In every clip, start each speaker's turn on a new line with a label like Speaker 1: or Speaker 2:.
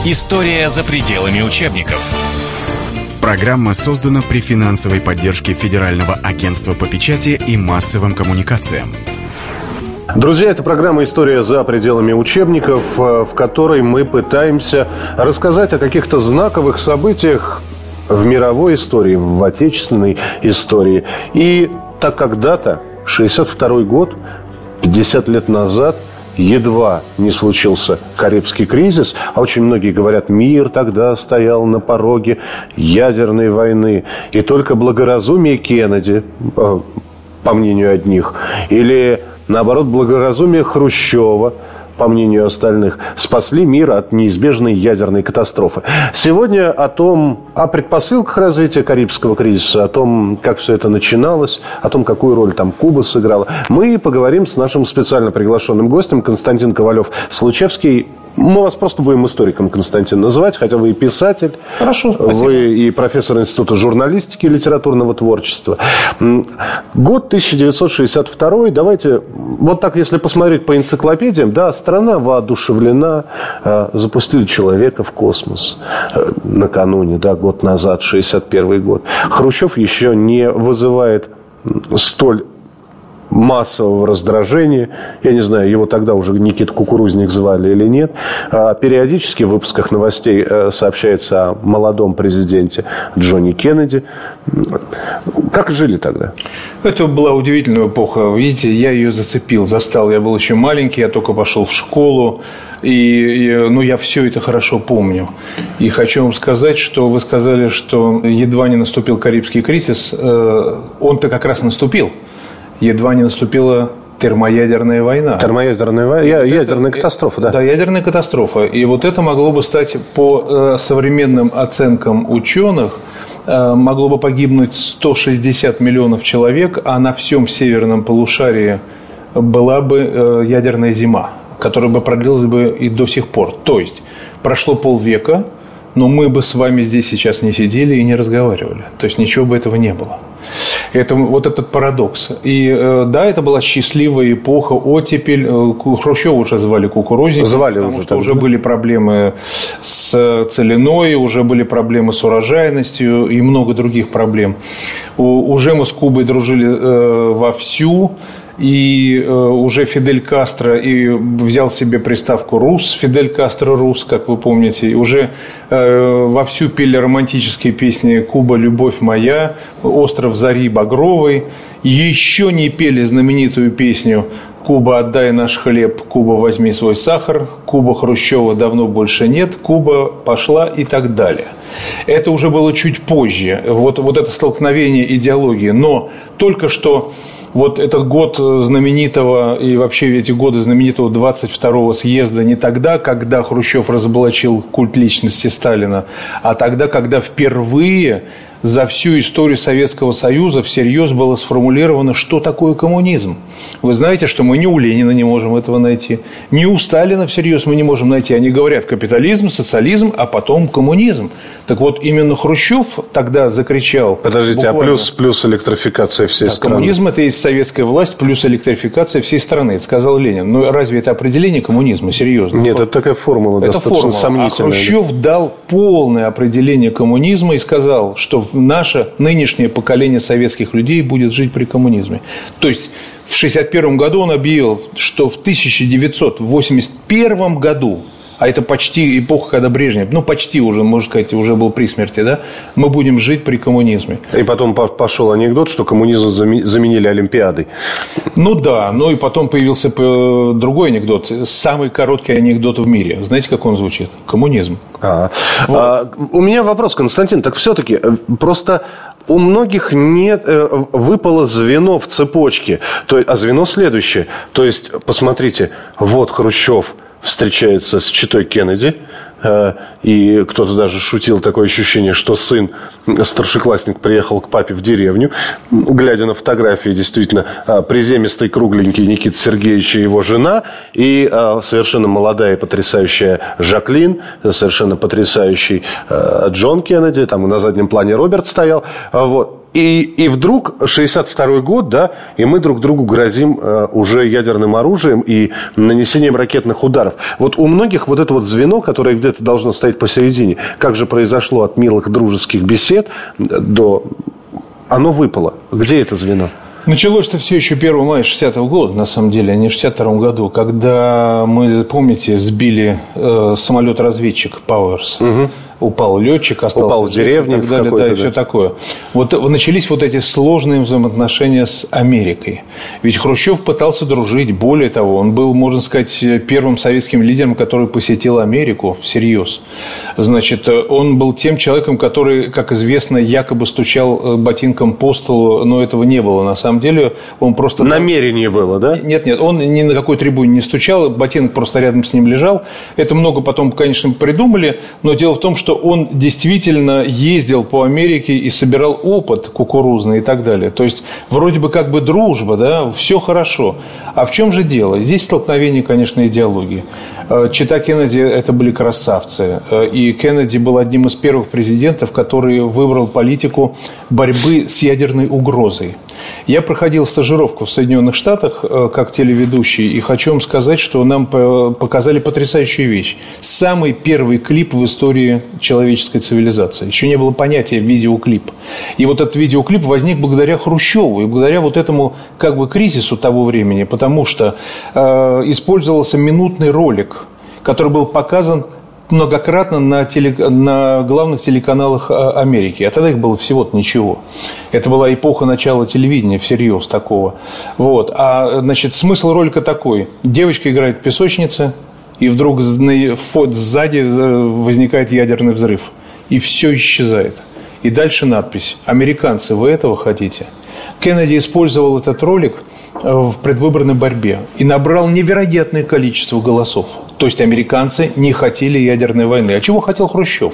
Speaker 1: История за пределами учебников.
Speaker 2: Программа создана при финансовой поддержке Федерального агентства по печати и массовым коммуникациям.
Speaker 3: Друзья, это программа «История за пределами учебников», в которой мы пытаемся рассказать о каких-то знаковых событиях в мировой истории, в отечественной истории. И так когда-то, 1962 год, 50 лет назад, едва не случился Карибский кризис, а очень многие говорят, мир тогда стоял на пороге ядерной войны. И только благоразумие Кеннеди, по мнению одних, или, наоборот, благоразумие Хрущева, по мнению остальных, спасли мир от неизбежной ядерной катастрофы. Сегодня о предпосылках развития Карибского кризиса, о том, как все это начиналось, о том, какую роль там Куба сыграла, мы поговорим с нашим специально приглашенным гостем Константин Ковалев-Случевский. Мы вас просто будем историком, Константин, называть, хотя вы и писатель.
Speaker 4: Хорошо, спасибо.
Speaker 3: Вы и профессор Института журналистики и литературного творчества. Год 1962. Давайте, вот так, если посмотреть по энциклопедиям, да, страна воодушевлена, запустили человека в космос накануне, да, год назад, 61 год. Хрущев еще не вызывает столь массового раздражения. Я не знаю, его тогда уже Никита Кукурузник звали или нет. Периодически в выпусках новостей сообщается о молодом президенте Джонни Кеннеди. Как жили тогда?
Speaker 4: Это была удивительная эпоха. Видите, я ее застал. Я был еще маленький, я только пошел в школу. Но я все это хорошо помню. И хочу вам сказать, что вы сказали, что едва не наступил Карибский кризис. Он-то как раз наступил. Едва не наступила термоядерная война. Ядерная катастрофа, да. Да, ядерная катастрофа. И вот это могло бы стать, по современным оценкам ученых, могло бы погибнуть 160 миллионов человек, а на всем северном полушарии была бы ядерная зима, которая бы продлилась бы и до сих пор. То есть прошло полвека, но мы бы с вами здесь сейчас не сидели и не разговаривали. То есть ничего бы этого не было. Это вот этот парадокс. И да, это была счастливая эпоха, оттепель. Хрущева уже звали Кукурузником, потому что уже были проблемы с целиной, уже были проблемы с урожайностью и много других проблем. Уже мы с Кубой дружили вовсю. И уже Фидель Кастро и взял себе приставку «Рус», Фидель Кастро «Рус», как вы помните, и уже вовсю пели романтические песни «Куба, любовь моя», «Остров зари багровый». Еще не пели знаменитую песню «Куба, отдай наш хлеб, Куба, возьми свой сахар», «Куба, Хрущева давно больше нет», «Куба пошла» и так далее. Это уже было чуть позже, вот это столкновение идеологии. Но только что вот этот год знаменитого и вообще эти годы знаменитого 22-го съезда не тогда, когда Хрущев разоблачил культ личности Сталина, а тогда, когда впервые за всю историю Советского Союза всерьез было сформулировано, что такое коммунизм. Вы знаете, что мы ни у Ленина не можем этого найти, ни у Сталина всерьез мы не можем найти. Они говорят капитализм, социализм, а потом коммунизм. Так вот, именно Хрущев тогда закричал.
Speaker 3: Подождите, буквально, а плюс электрификация всей страны?
Speaker 4: Коммунизм – это есть советская власть плюс электрификация всей страны. Это сказал Ленин. Но разве это определение коммунизма? Серьезно?
Speaker 3: Нет, это такая формула, это достаточно сомнительная.
Speaker 4: А Хрущев дал полное определение коммунизма и сказал, что наше нынешнее поколение советских людей будет жить при коммунизме. То есть в 1961 году он объявил, что в 1981 году, а это почти эпоха, когда Брежнев, почти уже, можно сказать, уже был при смерти, да, мы будем жить при коммунизме.
Speaker 3: И потом пошел анекдот, что коммунизм заменили Олимпиадой.
Speaker 4: Да, и потом появился другой анекдот, самый короткий анекдот в мире. Знаете, как он звучит? Коммунизм.
Speaker 3: У меня вопрос, Константин, так все-таки просто у многих выпало звено в цепочке, а звено следующее. То есть, посмотрите, вот Хрущев встречается с читой Кеннеди, и кто-то даже шутил, такое ощущение, что сын, старшеклассник, приехал к папе в деревню, глядя на фотографии, действительно, приземистый, кругленький Никита Сергеевич и его жена, и совершенно молодая и потрясающая Жаклин, совершенно потрясающий Джон Кеннеди, там на заднем плане Роберт стоял, вот. И вдруг 62-й год, да, и мы друг другу грозим уже ядерным оружием и нанесением ракетных ударов. Вот у многих вот это вот звено, которое где-то должно стоять посередине, как же произошло от милых дружеских бесед до... Оно выпало. Где это звено?
Speaker 4: Началось это все еще 1 мая 60-го года, на самом деле, а не в 62-м году, когда мы, помните, сбили самолет-разведчик Пауэрс. Угу. Упал летчик, остался
Speaker 3: упал в деревне,
Speaker 4: и так далее, да, и все такое. Вот начались вот эти сложные взаимоотношения с Америкой. Ведь Хрущев пытался дружить. Более того, он был, можно сказать, первым советским лидером, который посетил Америку всерьез. Значит, он был тем человеком, который, как известно, якобы стучал ботинком по столу, но этого не было. На самом деле, он просто...
Speaker 3: Намерение было, да?
Speaker 4: Нет, он ни на какой трибуне не стучал, ботинок просто рядом с ним лежал. Это много потом, конечно, придумали, но дело в том, что он действительно ездил по Америке и собирал опыт кукурузный и так далее. То есть, вроде бы как бы дружба, да, все хорошо. А в чем же дело? Здесь столкновение, конечно, идеологии. Чета Кеннеди – это были красавцы. И Кеннеди был одним из первых президентов, который выбрал политику борьбы с ядерной угрозой. Я проходил стажировку в Соединенных Штатах как телеведущий, и хочу вам сказать, что нам показали потрясающую вещь. Самый первый клип в истории человеческой цивилизации. Еще не было понятия видеоклип. И вот этот видеоклип возник благодаря Хрущеву и благодаря вот этому как бы кризису того времени, потому что использовался минутный ролик, который был показан многократно на главных телеканалах Америки. А тогда их было всего-то ничего. Это была эпоха начала телевидения, всерьез такого. Вот. А, значит, смысл ролика такой. Девочка играет в песочнице, и вдруг сзади возникает ядерный взрыв. И все исчезает. И дальше надпись: «Американцы, вы этого хотите?» Кеннеди использовал этот ролик в предвыборной борьбе и набрал невероятное количество голосов. То есть, американцы не хотели ядерной войны. А чего хотел Хрущев?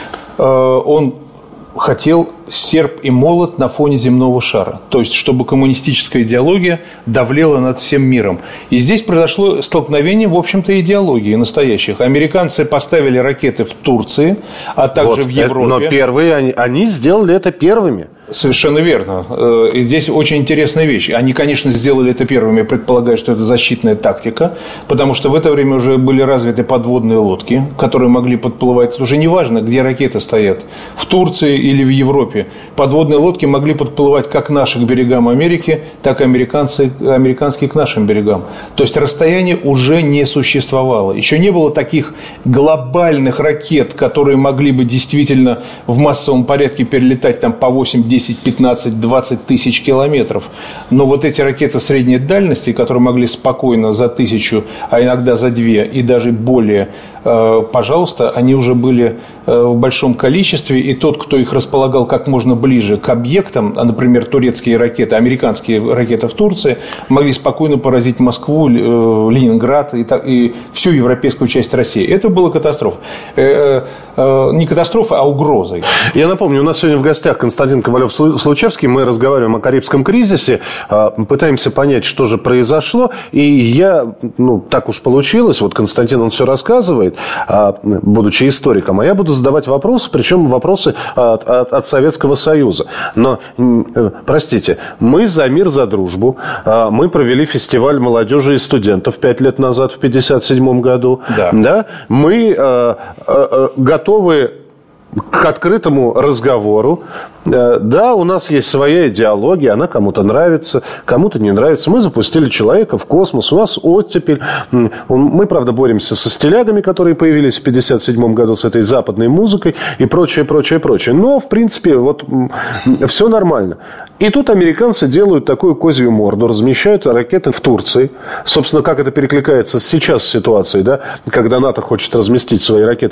Speaker 4: Он хотел серп и молот на фоне земного шара. То есть, чтобы коммунистическая идеология давлела над всем миром. И здесь произошло столкновение, в общем-то, идеологии настоящих. Американцы поставили ракеты в Турции, а также в Европе.
Speaker 3: Но первые, они сделали это первыми.
Speaker 4: Совершенно верно. И здесь очень интересная вещь. Они, конечно, сделали это первыми, предполагая, что это защитная тактика, потому что в это время уже были развиты подводные лодки, которые могли подплывать. Это уже не важно, где ракеты стоят, в Турции или в Европе. Подводные лодки могли подплывать как наши к берегам Америки, так и американские к нашим берегам. То есть, расстояние уже не существовало. Еще не было таких глобальных ракет, которые могли бы действительно в массовом порядке перелетать там по 8, 10, 15, 20 тысяч километров. Но вот эти ракеты средней дальности, которые могли спокойно за 1000, а иногда за 2 и даже более, пожалуйста, они уже были в большом количестве. И тот, кто их располагал как можно ближе к объектам, например, турецкие ракеты, американские ракеты в Турции, могли спокойно поразить Москву, Ленинград и всю европейскую часть России. Это была катастрофа. Не катастрофа, а угрозой.
Speaker 3: Я напомню, у нас сегодня в гостях Константин Ковалев-Случевский. Мы разговариваем о Карибском кризисе, пытаемся понять, что же произошло. И так уж получилось, вот Константин, он все рассказывает, будучи историком, а я буду задавать вопросы, причем вопросы от Советского Союза. Но, простите, мы за мир, за дружбу. Мы провели фестиваль молодежи и студентов 5 лет назад, в 1957 году. Да? Мы готовы к открытому разговору. Да, у нас есть своя идеология, она кому-то нравится, кому-то не нравится. Мы запустили человека в космос, у нас оттепель. Мы, правда, боремся со стилягами, которые появились в 1957 году, с этой западной музыкой и прочее, прочее, прочее. Но, в принципе, вот все нормально. И тут американцы делают такую козью морду, размещают ракеты в Турции. Собственно, как это перекликается сейчас с ситуацией, да, когда НАТО хочет разместить свои ракеты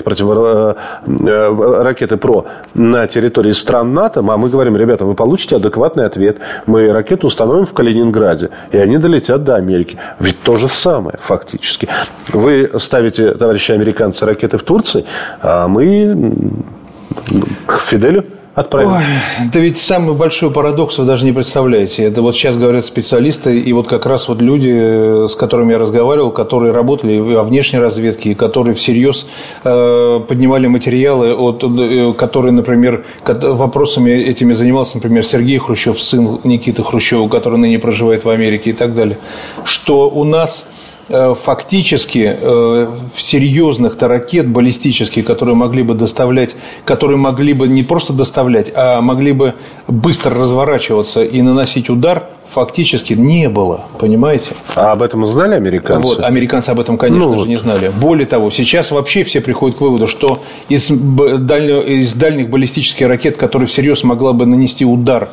Speaker 3: ракеты ПРО на территории стран НАТО, а мы говорим: ребята, вы получите адекватный ответ. Мы ракеты установим в Калининграде, и они долетят до Америки. Ведь то же самое, фактически. Вы ставите, товарищи американцы, ракеты в Турции, а мы к Фиделю отправить?
Speaker 4: Ой, да ведь самый большой парадокс вы даже не представляете. Это вот сейчас говорят специалисты, и вот как раз вот люди, с которыми я разговаривал, которые работали во внешней разведке, и которые всерьез поднимали материалы, которые, например, вопросами этими занимался, например, Сергей Хрущев, сын Никиты Хрущева, который ныне проживает в Америке и так далее, что у нас фактически серьезных-то ракет баллистических, которые могли бы доставлять, которые могли бы не просто доставлять, а могли бы быстро разворачиваться и наносить удар, фактически не было, понимаете?
Speaker 3: А об этом знали американцы?
Speaker 4: Вот, американцы об этом, конечно же, не знали. Более того, сейчас вообще все приходят к выводу, что из дальних баллистических ракет, которые всерьез могла бы нанести удар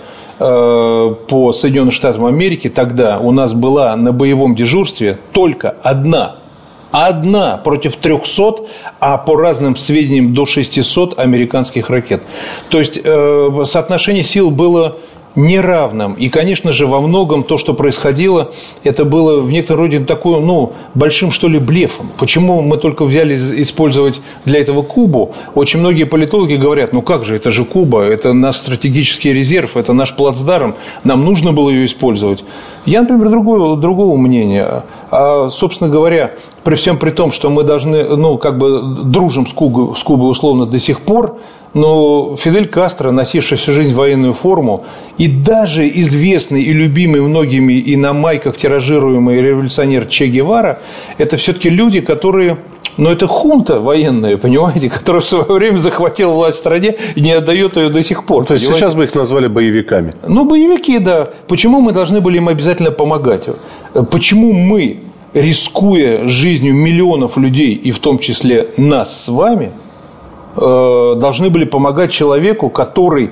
Speaker 4: по Соединенным Штатам Америки, тогда у нас была на боевом дежурстве только одна против 300, а по разным сведениям до 600 американских ракет. То есть соотношение сил было неравным. И, конечно же, во многом то, что происходило, это было в некотором роде такое, большим, что ли, блефом. Почему мы только взяли использовать для этого Кубу? Очень многие политологи говорят, как же, это же Куба, это наш стратегический резерв, это наш плацдарм, нам нужно было ее использовать. Я, например, другого мнения. Собственно говоря, при всем при том, что мы должны, дружим с Кубой условно до сих пор, но Фидель Кастро, носивший всю жизнь военную форму, и даже известный и любимый многими и на майках тиражируемый революционер Че Гевара, это все-таки люди, которые... это хунта военная, понимаете, которая в свое время захватила власть в стране и не отдает ее до сих пор.
Speaker 3: То есть сейчас бы их назвали боевиками?
Speaker 4: Боевики, да. Почему мы должны были им обязательно помогать? Почему мы, рискуя жизнью миллионов людей, и в том числе нас с вами, должны были помогать человеку, который,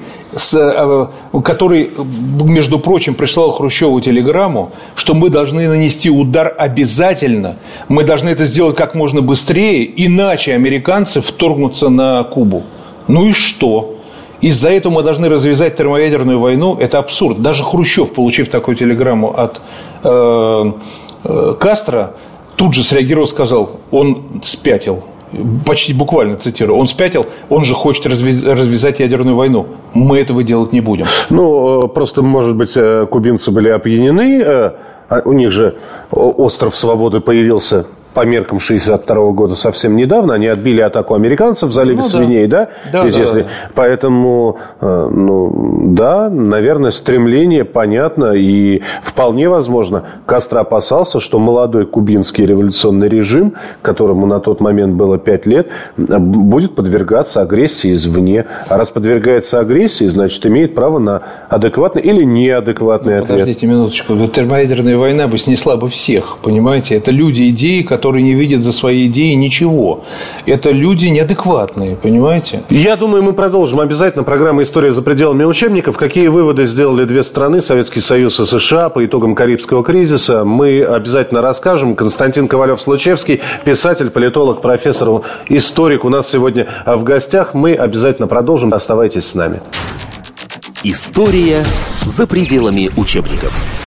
Speaker 4: между прочим, прислал Хрущеву телеграмму, что мы должны нанести удар обязательно, мы должны это сделать как можно быстрее, иначе американцы вторгнутся на Кубу. И что? Из-за этого мы должны развязать термоядерную войну? Это абсурд. Даже Хрущев, получив такую телеграмму от Кастро, тут же среагировал, сказал, он спятил. Почти буквально цитирую. Он спятил, он же хочет развязать ядерную войну. Мы этого делать не будем.
Speaker 3: Просто, может быть, кубинцы были опьянены. У них же остров Свободы появился по меркам 1962 года совсем недавно. Они отбили атаку американцев в заливе свиней, да? Если... Поэтому, наверное, стремление понятно. И вполне возможно, Кастро опасался, что молодой кубинский революционный режим, которому на тот момент было 5 лет, будет подвергаться агрессии извне. А раз подвергается агрессии, значит, имеет право на адекватный или неадекватный ответ.
Speaker 4: Подождите минуточку. Термоядерная война бы снесла бы всех, понимаете? Это люди идеи, которые не видят за свои идеи ничего. Это люди неадекватные, понимаете?
Speaker 3: Я думаю, мы продолжим обязательно программу «История за пределами учебников». Какие выводы сделали две страны, Советский Союз и США, по итогам Карибского кризиса, мы обязательно расскажем. Константин Ковалев-Случевский, писатель, политолог, профессор, историк у нас сегодня в гостях. Мы обязательно продолжим. Оставайтесь с нами.
Speaker 1: История за пределами учебников.